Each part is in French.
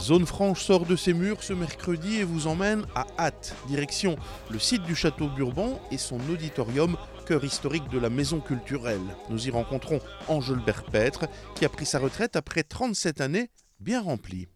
Zone Franche sort de ses murs ce mercredi et vous emmène à Ath, direction le site du château Burban et son auditorium, cœur historique de la maison culturelle. Nous y rencontrons Angèle Berpêtre qui a pris sa retraite après 37 années bien remplies.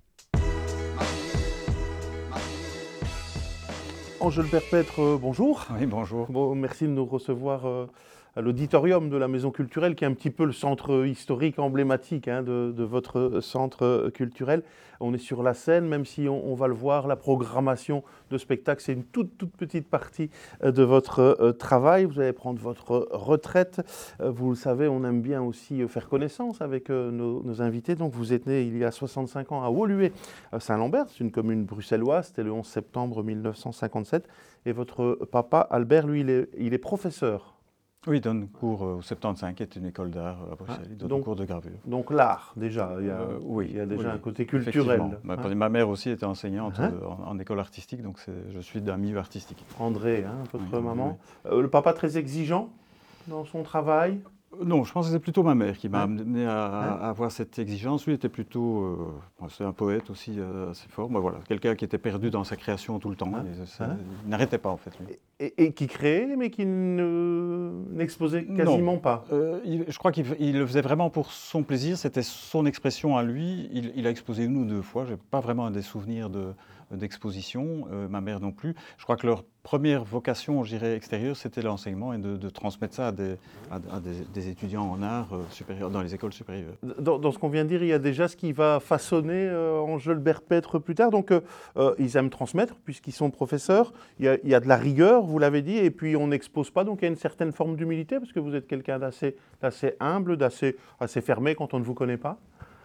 Angèle Berpêtre, bonjour. Oui, bonjour. Bon, merci de nous recevoir à l'auditorium de la Maison culturelle, qui est un petit peu le centre historique emblématique de votre centre culturel. On est sur la scène, même si on va le voir, la programmation de spectacle, c'est une toute petite partie de votre travail. Vous allez prendre votre retraite. Vous le savez, on aime bien aussi faire connaissance avec nos invités. Donc vous êtes né il y a 65 ans à Woluwe, Saint-Lambert, c'est une commune bruxelloise, c'était le 11 septembre 1957. Et votre papa, Albert, lui, il est professeur. Oui, il donne cours au 75, qui est une école d'art à Bruxelles. Il donne cours de gravure. Donc l'art, déjà, il y a déjà un côté culturel. Ma mère aussi était enseignante en école artistique, donc je suis d'un milieu artistique. André, votre maman. Oui. Le papa très exigeant dans son travail? Non, je pense que c'est plutôt ma mère qui m'a amené à avoir cette exigence. Lui était plutôt, c'est un poète aussi assez fort, mais voilà, quelqu'un qui était perdu dans sa création tout le temps. Il n'arrêtait pas en fait. Lui. Et qui créait, mais qui n'exposait quasiment pas. Je crois qu'il le faisait vraiment pour son plaisir, c'était son expression à lui. Il a exposé une ou deux fois, je n'ai pas vraiment des souvenirs d'exposition, ma mère non plus. Je crois que leur première vocation, je dirais, extérieure, c'était l'enseignement et de transmettre ça à des étudiants en art supérieur, dans les écoles supérieures. Dans ce qu'on vient de dire, il y a déjà ce qui va façonner Angèle Berpêtre plus tard. Donc, ils aiment transmettre puisqu'ils sont professeurs. Il y a de la rigueur, vous l'avez dit, et puis on n'expose pas. Donc, il y a une certaine forme d'humilité parce que vous êtes quelqu'un d'assez humble, d'assez fermé quand on ne vous connaît pas.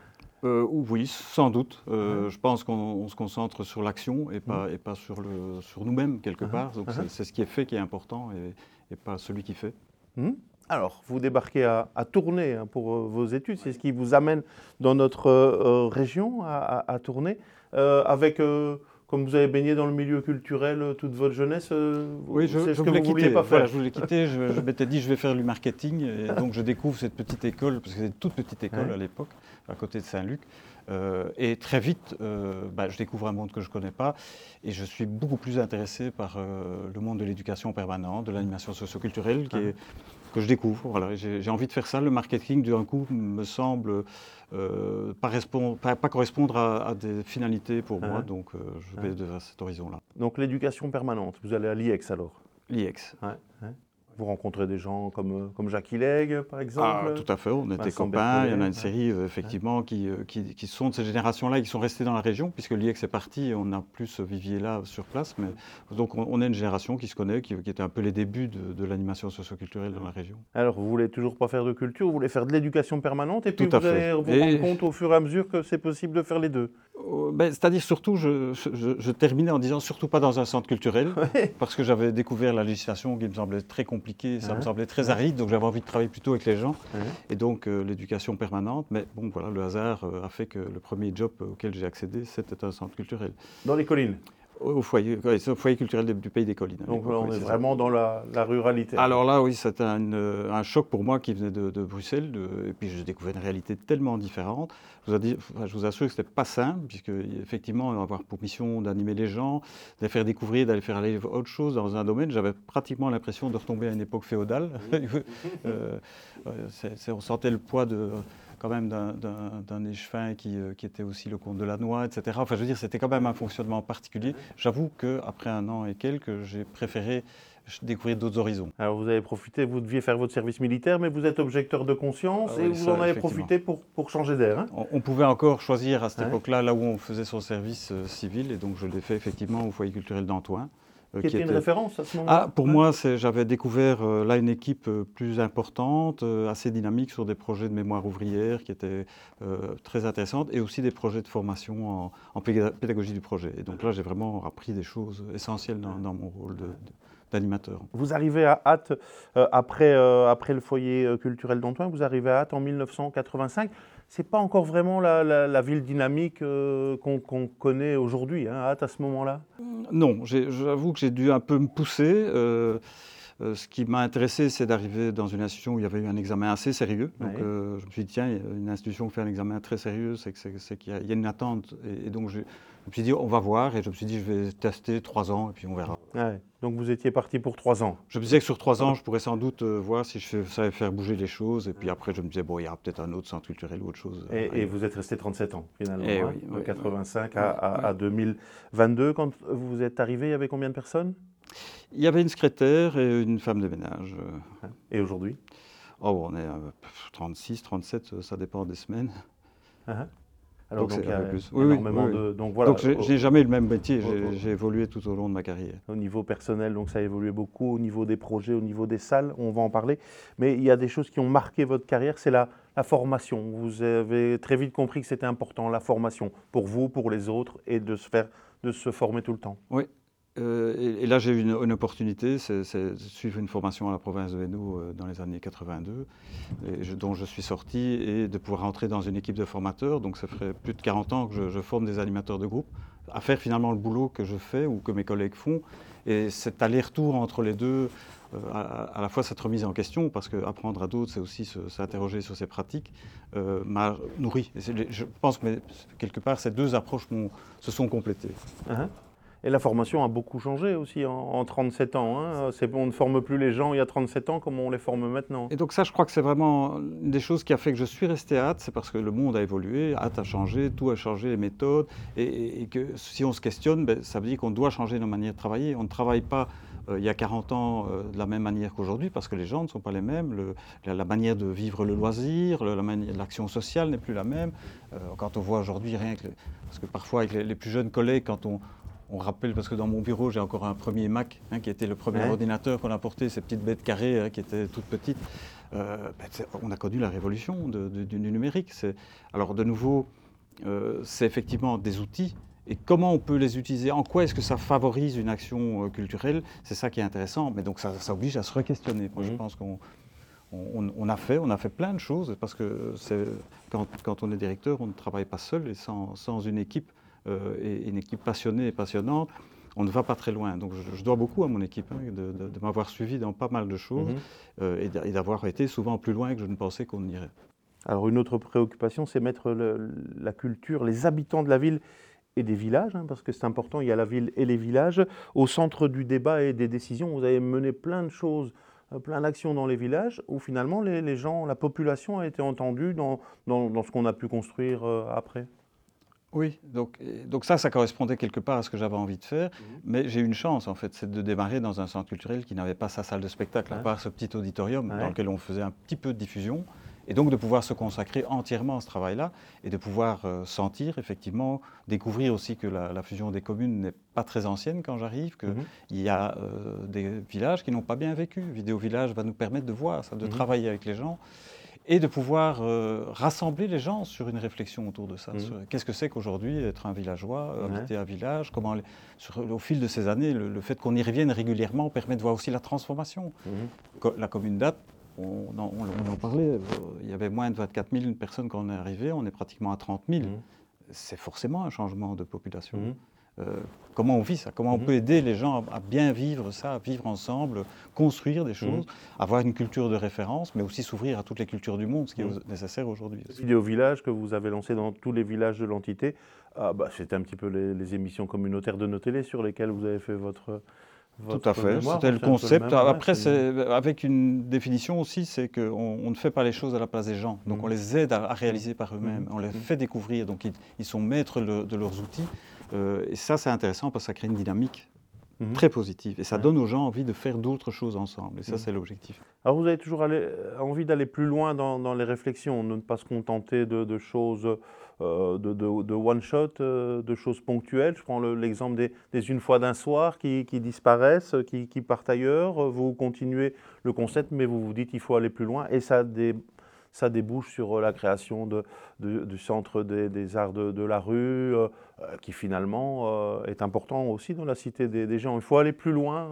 Oui, sans doute. Je pense qu'on se concentre sur l'action et pas sur nous-mêmes, quelque part. Donc c'est ce qui est fait qui est important et pas celui qui fait. Alors, vous débarquez à Tournai pour vos études. C'est ce qui vous amène dans notre région, à Tournai, avec... Comme vous avez baigné dans le milieu culturel toute votre jeunesse, oui, c'est ce que vous ne vouliez pas faire. Voilà, je voulais quitter, je m'étais dit je vais faire du marketing, et donc je découvre cette petite école, parce que c'était une toute petite école à l'époque, à côté de Saint-Luc, et très vite, je découvre un monde que je ne connais pas, et je suis beaucoup plus intéressé par le monde de l'éducation permanente, de l'animation socio-culturelle, que je découvre. Voilà. J'ai envie de faire ça. Le marketing, d'un coup, me semble pas correspondre à des finalités pour moi, donc je vais vers cet horizon-là. Donc l'éducation permanente, vous allez à l'IEX alors? l'IEX. Vous rencontrez des gens comme Jacques Hilleg, par exemple? Tout à fait, on était copains. Il y en a une série, effectivement, qui sont de cette génération-là et qui sont restés dans la région, puisque l'IEX est parti et on n'a plus ce vivier-là sur place. Mais, donc on est une génération qui se connaît, qui était un peu les débuts de l'animation socio-culturelle dans la région. Alors, vous voulez toujours pas faire de culture, vous voulez faire de l'éducation permanente, et puis vous allez vous rendre compte au fur et à mesure que c'est possible de faire les deux? C'est-à-dire surtout, je terminais en disant surtout pas dans un centre culturel, parce que j'avais découvert la législation qui me semblait très compliquée, ça me semblait très aride, donc j'avais envie de travailler plutôt avec les gens, et donc l'éducation permanente. Mais bon, voilà, le hasard a fait que le premier job auquel j'ai accédé, c'était un centre culturel. Dans les collines? Au foyer culturel du Pays des Collines. Donc là, on est vraiment dans la ruralité. Alors là, oui, c'était un choc pour moi qui venait de Bruxelles. Et puis, j'ai découvert une réalité tellement différente. Je vous assure que ce n'était pas simple, puisque effectivement, avoir pour mission d'animer les gens, de les faire découvrir, d'aller faire aller autre chose dans un domaine, j'avais pratiquement l'impression de retomber à une époque féodale. On sentait le poids quand même d'un échevin qui était aussi le comte de Lannoy, etc. Enfin, je veux dire, c'était quand même un fonctionnement particulier. J'avoue qu'après un an et quelques, j'ai préféré découvrir d'autres horizons. Alors, vous avez profité, vous deviez faire votre service militaire, mais vous êtes objecteur de conscience et vous en avez profité pour changer d'air. On pouvait encore choisir à cette époque-là, là où on faisait son service civil, et donc je l'ai fait effectivement au foyer culturel d'Antoine. Qui était une référence à ce moment-là? Pour moi, j'avais découvert là une équipe plus importante, assez dynamique sur des projets de mémoire ouvrière qui étaient très intéressantes et aussi des projets de formation en pédagogie du projet. Et donc là, j'ai vraiment appris des choses essentielles dans mon rôle d'animateur. Vous arrivez à Ath, après le foyer culturel d'Antoine, vous arrivez à Ath en 1985. Ce n'est pas encore vraiment la ville dynamique qu'on connaît aujourd'hui, Ath, à ce moment-là? Non, j'avoue que j'ai dû un peu me pousser. Ce qui m'a intéressé, c'est d'arriver dans une institution où il y avait eu un examen assez sérieux. Donc, je me suis dit, tiens, une institution qui fait un examen très sérieux, c'est qu'il y a une attente. Et donc, je me suis dit, on va voir. Et je me suis dit, je vais tester 3 ans et puis on verra. Ouais. Donc, vous étiez parti pour 3 ans. Je me disais que sur 3 ans, je pourrais sans doute voir si je savais faire bouger les choses. Et puis après, je me disais, bon, il y aura peut-être un autre centre culturel ou autre chose. Et vous êtes resté 37 ans, finalement, oui, de 85 à 2022. Quand vous êtes arrivé, il y avait combien de personnes? Il y avait une secrétaire et une femme de ménage. Et aujourd'hui? Oh, on est à 36, 37, ça dépend des semaines. Alors, donc il y a plus. énormément de... Donc, voilà, donc je n'ai jamais eu le même métier, j'ai évolué tout au long de ma carrière. Au niveau personnel, donc ça a évolué beaucoup, au niveau des projets, au niveau des salles, on va en parler. Mais il y a des choses qui ont marqué votre carrière, c'est la formation. Vous avez très vite compris que c'était important, la formation, pour vous, pour les autres, et de se former tout le temps. Oui. Et là, j'ai eu une opportunité, c'est de suivre une formation à la province de Hainaut dans les années 82, dont je suis sorti, et de pouvoir entrer dans une équipe de formateurs. Donc ça ferait plus de 40 ans que je forme des animateurs de groupe, à faire finalement le boulot que je fais ou que mes collègues font. Et cet aller-retour entre les deux, à la fois cette remise en question, parce qu'apprendre à d'autres, c'est aussi s'interroger sur ses pratiques, m'a nourri. Et je pense que quelque part, ces deux approches se sont complétées. Et la formation a beaucoup changé aussi en 37 ans. On ne forme plus les gens il y a 37 ans comme on les forme maintenant. Et donc ça, je crois que c'est vraiment une des choses qui a fait que je suis resté à Ath, c'est parce que le monde a évolué, Ath a changé, tout a changé, les méthodes, et que si on se questionne, ça veut dire qu'on doit changer nos manières de travailler. On ne travaille pas il y a 40 ans de la même manière qu'aujourd'hui, parce que les gens ne sont pas les mêmes, la manière de vivre le loisir, l'action sociale n'est plus la même. Quand on voit aujourd'hui, parce que parfois avec les plus jeunes collègues, quand on rappelle, parce que dans mon bureau, j'ai encore un premier Mac, qui était le premier ordinateur qu'on a porté, ces petites bêtes carrées qui étaient toutes petites. On a connu la révolution du numérique. Alors de nouveau, c'est effectivement des outils. Et comment on peut les utiliser? En quoi est-ce que ça favorise une action culturelle? C'est ça qui est intéressant. Mais donc ça oblige à se re-questionner. Moi, je pense qu'on a fait plein de choses, parce que quand on est directeur, on ne travaille pas seul, et sans une équipe. Et une équipe passionnée et passionnante, on ne va pas très loin. Donc je dois beaucoup à mon équipe de m'avoir suivi dans pas mal de choses et d'avoir été souvent plus loin que je ne pensais qu'on irait. Alors une autre préoccupation, c'est mettre la culture, les habitants de la ville et des villages, parce que c'est important, il y a la ville et les villages, au centre du débat et des décisions. Vous avez mené plein de choses, plein d'actions dans les villages, où finalement les gens, la population a été entendue dans ce qu'on a pu construire après. Oui, donc ça correspondait quelque part à ce que j'avais envie de faire, mais j'ai eu une chance en fait, c'est de démarrer dans un centre culturel qui n'avait pas sa salle de spectacle, à part ce petit auditorium dans lequel on faisait un petit peu de diffusion, et donc de pouvoir se consacrer entièrement à ce travail-là, et de pouvoir sentir effectivement, découvrir aussi que la fusion des communes n'est pas très ancienne quand j'arrive, qu'il y a des villages qui n'ont pas bien vécu. Vidéo Village va nous permettre de voir ça, de travailler avec les gens, et de pouvoir rassembler les gens sur une réflexion autour de ça. Qu'est-ce que c'est qu'aujourd'hui être un villageois, habiter un village, comment, au fil de ces années, le fait qu'on y revienne régulièrement permet de voir aussi la transformation. La commune d'Ath, on en parlait, il y avait moins de 24 000 personnes quand on est arrivé, on est pratiquement à 30 000. C'est forcément un changement de population. Comment on vit ça? Comment on peut aider les gens à bien vivre ça, à vivre ensemble, construire des choses, avoir une culture de référence, mais aussi s'ouvrir à toutes les cultures du monde, ce qui est nécessaire aujourd'hui. Vidéo Village que vous avez lancé dans tous les villages de l'entité, c'était un petit peu les émissions communautaires de nos télés sur lesquelles vous avez fait votre tout à fait, c'était le concept. Après, avec une définition aussi, c'est qu'on ne fait pas les choses à la place des gens. Donc on les aide à réaliser par eux-mêmes, on les fait découvrir, donc ils sont maîtres de leurs outils. Et ça, c'est intéressant parce que ça crée une dynamique très positive. Et ça donne aux gens envie de faire d'autres choses ensemble. Et ça, c'est l'objectif. Alors vous avez toujours envie d'aller plus loin dans les réflexions, de ne pas se contenter de choses, de one-shot, de choses ponctuelles. Je prends l'exemple des une fois d'un soir qui disparaissent, qui partent ailleurs. Vous continuez le concept, mais vous vous dites qu'il faut aller plus loin. Et ça débouche sur la création du centre des arts de la rue, qui finalement est important aussi dans la cité des gens. Il faut aller plus loin.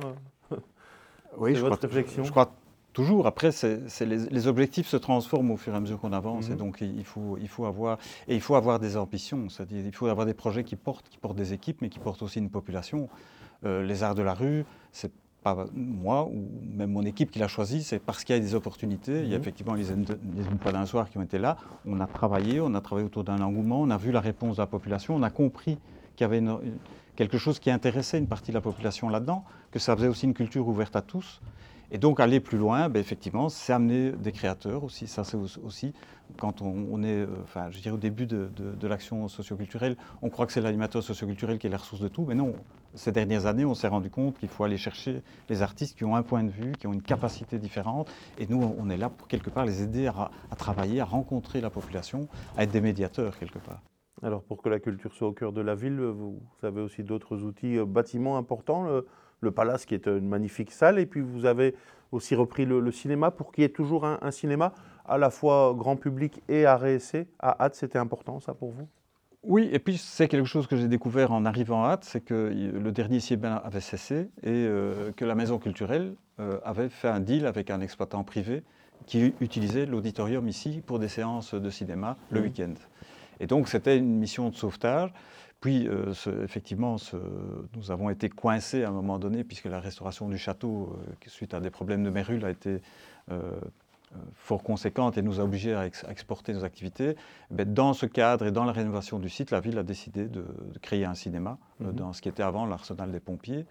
Oui, je crois toujours. Après, les objectifs se transforment au fur et à mesure qu'on avance. Et donc, il faut avoir des ambitions. C'est-à-dire, il faut avoir des projets qui portent des équipes, mais qui portent aussi une population. Les arts de la rue, c'est pas moi ou même mon équipe qui l'a choisi, c'est parce qu'il y a des opportunités. Il y a effectivement les Une fois d'un soir qui ont été là. On a travaillé autour d'un engouement, on a vu la réponse de la population, on a compris qu'il y avait quelque chose qui intéressait une partie de la population là-dedans, que ça faisait aussi une culture ouverte à tous. Et donc aller plus loin, effectivement, c'est amener des créateurs aussi. Ça, c'est aussi quand on est, je dirais au début de l'action socioculturelle, on croit que c'est l'animateur socioculturel qui est la ressource de tout, mais non. Ces dernières années, on s'est rendu compte qu'il faut aller chercher les artistes qui ont un point de vue, qui ont une capacité différente, et nous, on est là pour quelque part les aider à travailler, à rencontrer la population, à être des médiateurs quelque part. Alors pour que la culture soit au cœur de la ville, vous avez aussi d'autres outils, bâtiments importants, le Palace qui est une magnifique salle, et puis vous avez aussi repris le cinéma pour qu'il y ait toujours un cinéma à la fois grand public et arrêt essai. À Ath, c'était important ça pour vous? Oui, et puis c'est quelque chose que j'ai découvert en arrivant à Ath, c'est que le dernier cinéma avait cessé et que la maison culturelle avait fait un deal avec un exploitant privé qui utilisait l'auditorium ici pour des séances de cinéma le week-end. Et donc c'était une mission de sauvetage. Puis effectivement, nous avons été coincés à un moment donné puisque la restauration du château, suite à des problèmes de mérule, a été fort conséquente et nous a obligés à exporter nos activités. Dans ce cadre et dans la rénovation du site, la ville a décidé de créer un cinéma dans ce qui était avant l'arsenal des pompiers.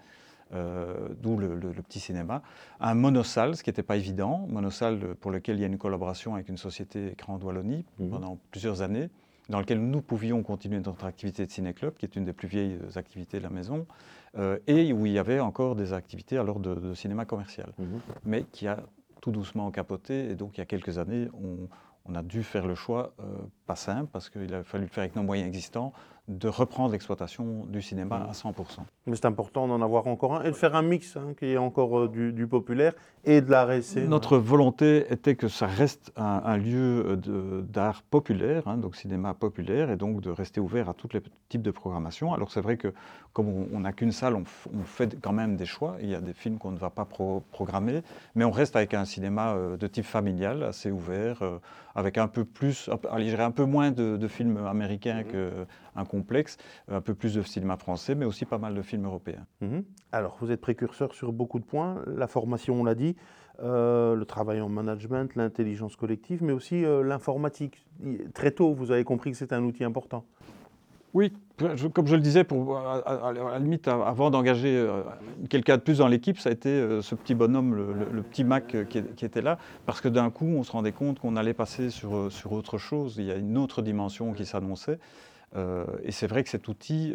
D'où le petit cinéma, un monosalle, ce qui n'était pas évident, monosalle pour lequel il y a une collaboration avec une société Écran de Wallonie pendant plusieurs années, dans lequel nous pouvions continuer notre activité de ciné-club, qui est une des plus vieilles activités de la maison, et où il y avait encore des activités alors de cinéma commercial, mais qui a tout doucement capoté, et donc il y a quelques années, on a dû faire le choix, pas simple, parce qu'il a fallu le faire avec nos moyens existants, de reprendre l'exploitation du cinéma à 100%. Mais c'est important d'en avoir encore un et de faire un mix, qu'il y ait encore du populaire et de l'art essai. Notre volonté était que ça reste un lieu d'art populaire, donc cinéma populaire, et donc de rester ouvert à tous les types de programmation. Alors c'est vrai que comme on n'a qu'une salle, on fait quand même des choix. Il y a des films qu'on ne va pas programmer, mais on reste avec un cinéma de type familial, assez ouvert, avec un peu plus, je dirais un peu moins de films américains qu'un complexe, un peu plus de cinéma français, mais aussi pas mal de films européens. Alors, vous êtes précurseur sur beaucoup de points, la formation, on l'a dit, le travail en management, l'intelligence collective, mais aussi l'informatique. Très tôt, vous avez compris que c'est un outil important. Oui, comme je le disais, à la limite, avant d'engager quelqu'un de plus dans l'équipe, ça a été ce petit bonhomme, le petit Mac qui était là, parce que d'un coup, on se rendait compte qu'on allait passer sur autre chose. Il y a une autre dimension qui s'annonçait. Et c'est vrai que cet outil,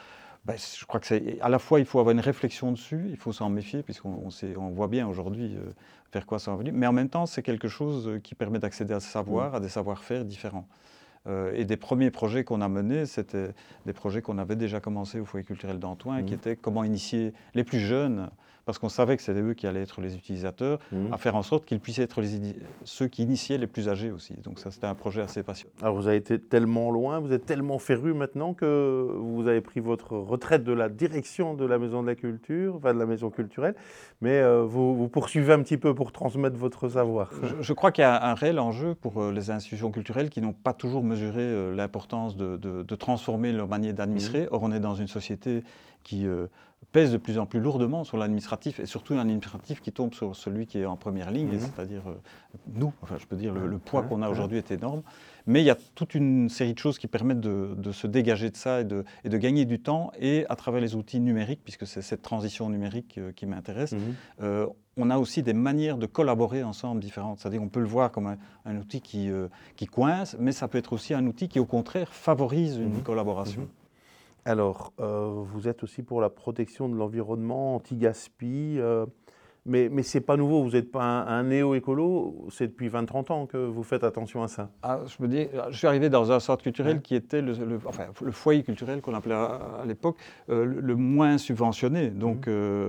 je crois que c'est à la fois, il faut avoir une réflexion dessus, il faut s'en méfier, puisqu'on voit bien aujourd'hui vers quoi ça va venir, mais en même temps, c'est quelque chose qui permet d'accéder à ce savoir, à des savoir-faire différents. Et des premiers projets qu'on a menés, c'était des projets qu'on avait déjà commencés au foyer culturel d'Antoine, qui étaient comment initier les plus jeunes, parce qu'on savait que c'était eux qui allaient être les utilisateurs, à faire en sorte qu'ils puissent être ceux qui initiaient les plus âgés aussi. Donc ça, c'était un projet assez passionnant. Alors vous avez été tellement loin, vous êtes tellement féru maintenant que vous avez pris votre retraite de la direction de la Maison de la Culture, enfin de la Maison culturelle, mais vous poursuivez un petit peu pour transmettre votre savoir. Je crois qu'il y a un réel enjeu pour les institutions culturelles qui n'ont pas toujours mesuré l'importance de transformer leur manière d'administrer. Or, on est dans une société qui pèse de plus en plus lourdement sur l'administratif, et surtout un administratif qui tombe sur celui qui est en première ligne, c'est-à-dire nous. Enfin, je peux dire, le poids qu'on a aujourd'hui est énorme. Mais il y a toute une série de choses qui permettent de se dégager de ça et de gagner du temps, et à travers les outils numériques, puisque c'est cette transition numérique qui m'intéresse, on a aussi des manières de collaborer ensemble différentes. C'est-à-dire qu'on peut le voir comme un outil qui coince, mais ça peut être aussi un outil qui, au contraire, favorise une collaboration. Alors, vous êtes aussi pour la protection de l'environnement, anti-gaspi, mais ce n'est pas nouveau, vous n'êtes pas un néo-écolo, c'est depuis 20-30 ans que vous faites attention à ça. Je suis arrivé dans un centre culturel qui était le foyer culturel qu'on appelait à l'époque le moins subventionné. Donc,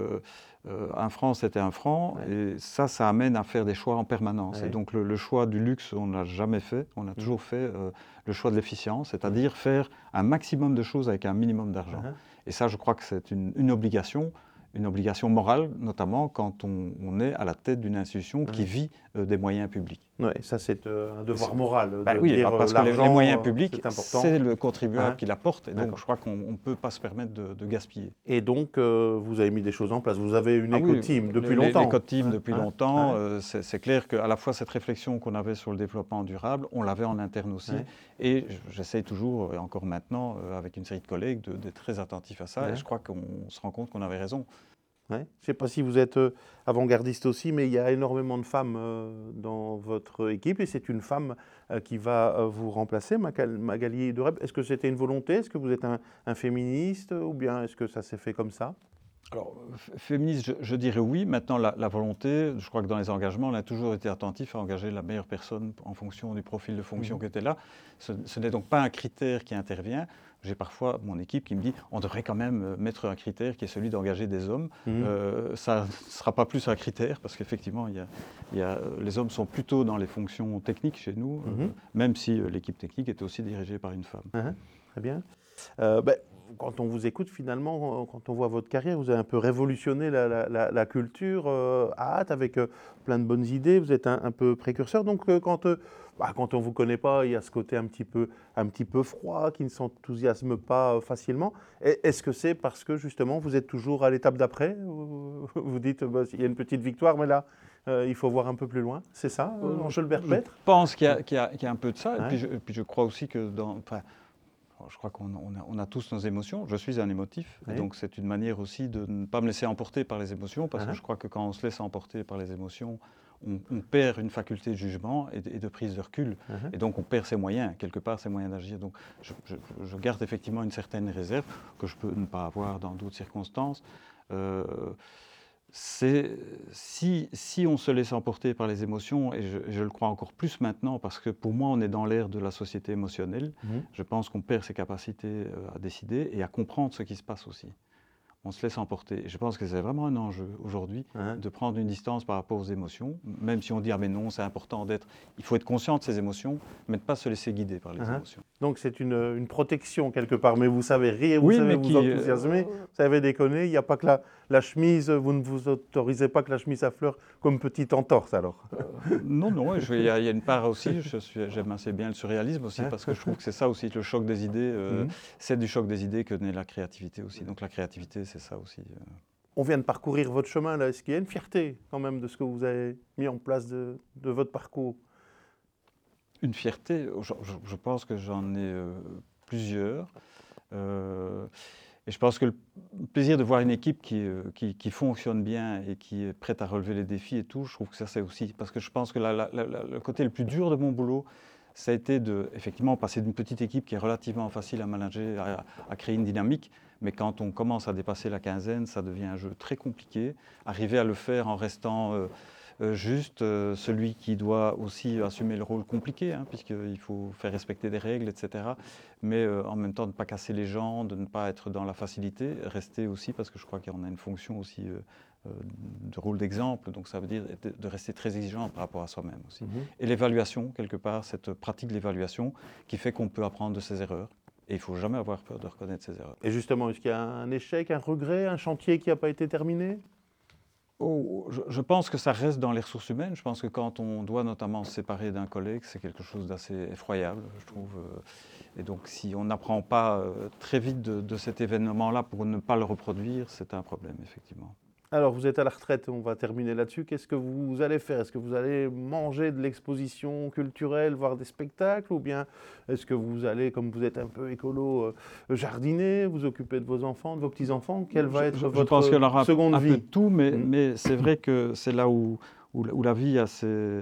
un franc, c'était un franc, et ça amène à faire des choix en permanence. Et donc le choix du luxe, on ne l'a jamais fait, on a toujours fait le choix de l'efficience, c'est-à-dire faire un maximum de choses avec un minimum d'argent. Et ça, je crois que c'est une obligation. une obligation morale, notamment quand on est à la tête d'une institution qui vit des moyens publics. Oui, ça c'est un devoir moral. Oui, parce que les moyens publics, c'est le contribuable qui l'apporte, et donc je crois qu'on ne peut pas se permettre de gaspiller. Et donc, vous avez mis des choses en place. Vous avez une éco-team depuis longtemps. L'éco-team depuis longtemps. C'est clair qu'à la fois cette réflexion qu'on avait sur le développement durable, on l'avait en interne aussi. Et j'essaye toujours, et encore maintenant, avec une série de collègues, d'être très attentif à ça. Et je crois qu'on se rend compte qu'on avait raison. Je ne sais pas si vous êtes avant-gardiste aussi, mais il y a énormément de femmes dans votre équipe et c'est une femme qui va vous remplacer, Magali Dereb. Est-ce que c'était une volonté? Est-ce que vous êtes un féministe ou bien est-ce que ça s'est fait comme ça? Alors, féministe, je dirais oui. Maintenant, la volonté, je crois que dans les engagements, on a toujours été attentif à engager la meilleure personne en fonction du profil de fonction qui était là. Ce n'est donc pas un critère qui intervient. J'ai parfois mon équipe qui me dit on devrait quand même mettre un critère qui est celui d'engager des hommes. Ça ne sera pas plus un critère parce qu'effectivement, les hommes sont plutôt dans les fonctions techniques chez nous, même si l'équipe technique était aussi dirigée par une femme. Très bien. Quand on vous écoute, finalement, quand on voit votre carrière, vous avez un peu révolutionné la culture à Ath avec plein de bonnes idées. Vous êtes un peu précurseur. Donc, quand on ne vous connaît pas, il y a ce côté un petit peu froid, qui ne s'enthousiasme pas facilement. Est-ce que c'est parce que, justement, vous êtes toujours à l'étape d'après? Vous dites, il y a une petite victoire, mais là, il faut voir un peu plus loin. C'est ça, Angèle Berpêtre? Je pense qu'il y a un peu de ça. Et puis je crois aussi que je crois qu'on a tous nos émotions. Je suis un émotif. Et donc, c'est une manière aussi de ne pas me laisser emporter par les émotions. Parce que je crois que quand on se laisse emporter par les émotions, on perd une faculté de jugement et de prise de recul. Et donc, on perd ses moyens, quelque part, ses moyens d'agir. Donc, je garde effectivement une certaine réserve que je peux ne pas avoir dans d'autres circonstances. Si on se laisse emporter par les émotions, et je le crois encore plus maintenant, parce que pour moi, on est dans l'ère de la société émotionnelle, je pense qu'on perd ses capacités à décider et à comprendre ce qui se passe aussi. On se laisse emporter. Et je pense que c'est vraiment un enjeu aujourd'hui de prendre une distance par rapport aux émotions, même si on dit « ah mais non, c'est important d'être… » Il faut être conscient de ses émotions, mais ne pas se laisser guider par les émotions. Donc c'est une protection quelque part, mais vous savez rire, vous savez vous enthousiasmer, vous savez déconner, il n'y a pas que la chemise, vous ne vous autorisez pas que la chemise à fleurs comme petite entorse alors? Non, il y a une part aussi, j'aime assez bien le surréalisme aussi, parce que je trouve que c'est ça aussi, le choc des idées, c'est du choc des idées que naît la créativité aussi. Donc la créativité, c'est ça aussi. On vient de parcourir votre chemin là, est-ce qu'il y a une fierté quand même de ce que vous avez mis en place de votre parcours? Une fierté, je pense que j'en ai plusieurs. Et je pense que le plaisir de voir une équipe qui fonctionne bien et qui est prête à relever les défis et tout, je trouve que ça c'est aussi… Parce que je pense que le côté le plus dur de mon boulot, ça a été effectivement passer d'une petite équipe qui est relativement facile à manager, à créer une dynamique. Mais quand on commence à dépasser la quinzaine, ça devient un jeu très compliqué. Arriver à le faire en restant… juste celui qui doit aussi assumer le rôle compliqué, puisqu'il faut faire respecter des règles, etc. Mais en même temps, de ne pas casser les gens, de ne pas être dans la facilité, rester aussi, parce que je crois qu'on a une fonction aussi de rôle d'exemple, donc ça veut dire de rester très exigeant par rapport à soi-même aussi. Et l'évaluation, quelque part, cette pratique de l'évaluation qui fait qu'on peut apprendre de ses erreurs. Et il ne faut jamais avoir peur de reconnaître ses erreurs. Et justement, est-ce qu'il y a un échec, un regret, un chantier qui n'a pas été terminé ? Je pense que ça reste dans les ressources humaines. Je pense que quand on doit notamment se séparer d'un collègue, c'est quelque chose d'assez effroyable, je trouve. Et donc, si on n'apprend pas très vite de cet événement-là pour ne pas le reproduire, c'est un problème, effectivement. Alors, vous êtes à la retraite, on va terminer là-dessus. Qu'est-ce que vous allez faire? Est-ce que vous allez manger de l'exposition culturelle, voir des spectacles? Ou bien est-ce que vous allez, comme vous êtes un peu écolo, jardiner, vous occuper de vos enfants, de vos petits-enfants? Quelle va être votre seconde vie? Je pense qu'il y en aura un peu de tout, mais c'est vrai que c'est là où la vie a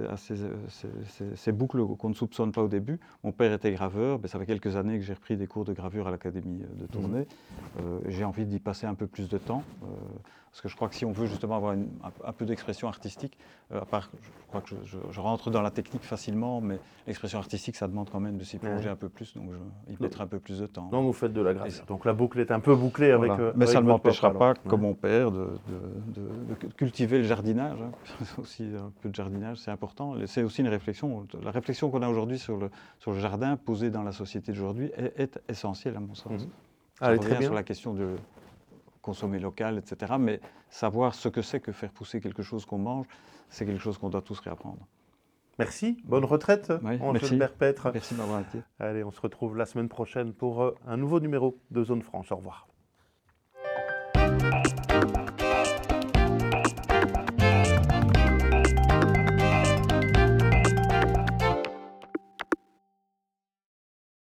ces boucles qu'on ne soupçonne pas au début. Mon père était graveur, ça fait quelques années que j'ai repris des cours de gravure à l'Académie de Tournai. J'ai envie d'y passer un peu plus de temps, parce que je crois que si on veut justement avoir un peu d'expression artistique, à part, je crois que je rentre dans la technique facilement, mais l'expression artistique, ça demande quand même de s'y plonger un peu plus, donc il peut être un peu plus de temps. Donc vous faites de la gravure, donc la boucle est un peu bouclée avec mais ça ne m'empêchera pas, comme mon père, de cultiver le jardinage. Aussi un peu de jardinage, c'est important. C'est aussi une réflexion. La réflexion qu'on a aujourd'hui sur le jardin posé dans la société d'aujourd'hui est essentielle à mon sens. Ça revient sur la question de consommer local, etc. Mais savoir ce que c'est que faire pousser quelque chose qu'on mange, c'est quelque chose qu'on doit tous réapprendre. Merci, bonne retraite, Oui, Angèle Berpêtre. Merci de m'avoir invité. Allez, on se retrouve la semaine prochaine pour un nouveau numéro de Zone Franche. Au revoir.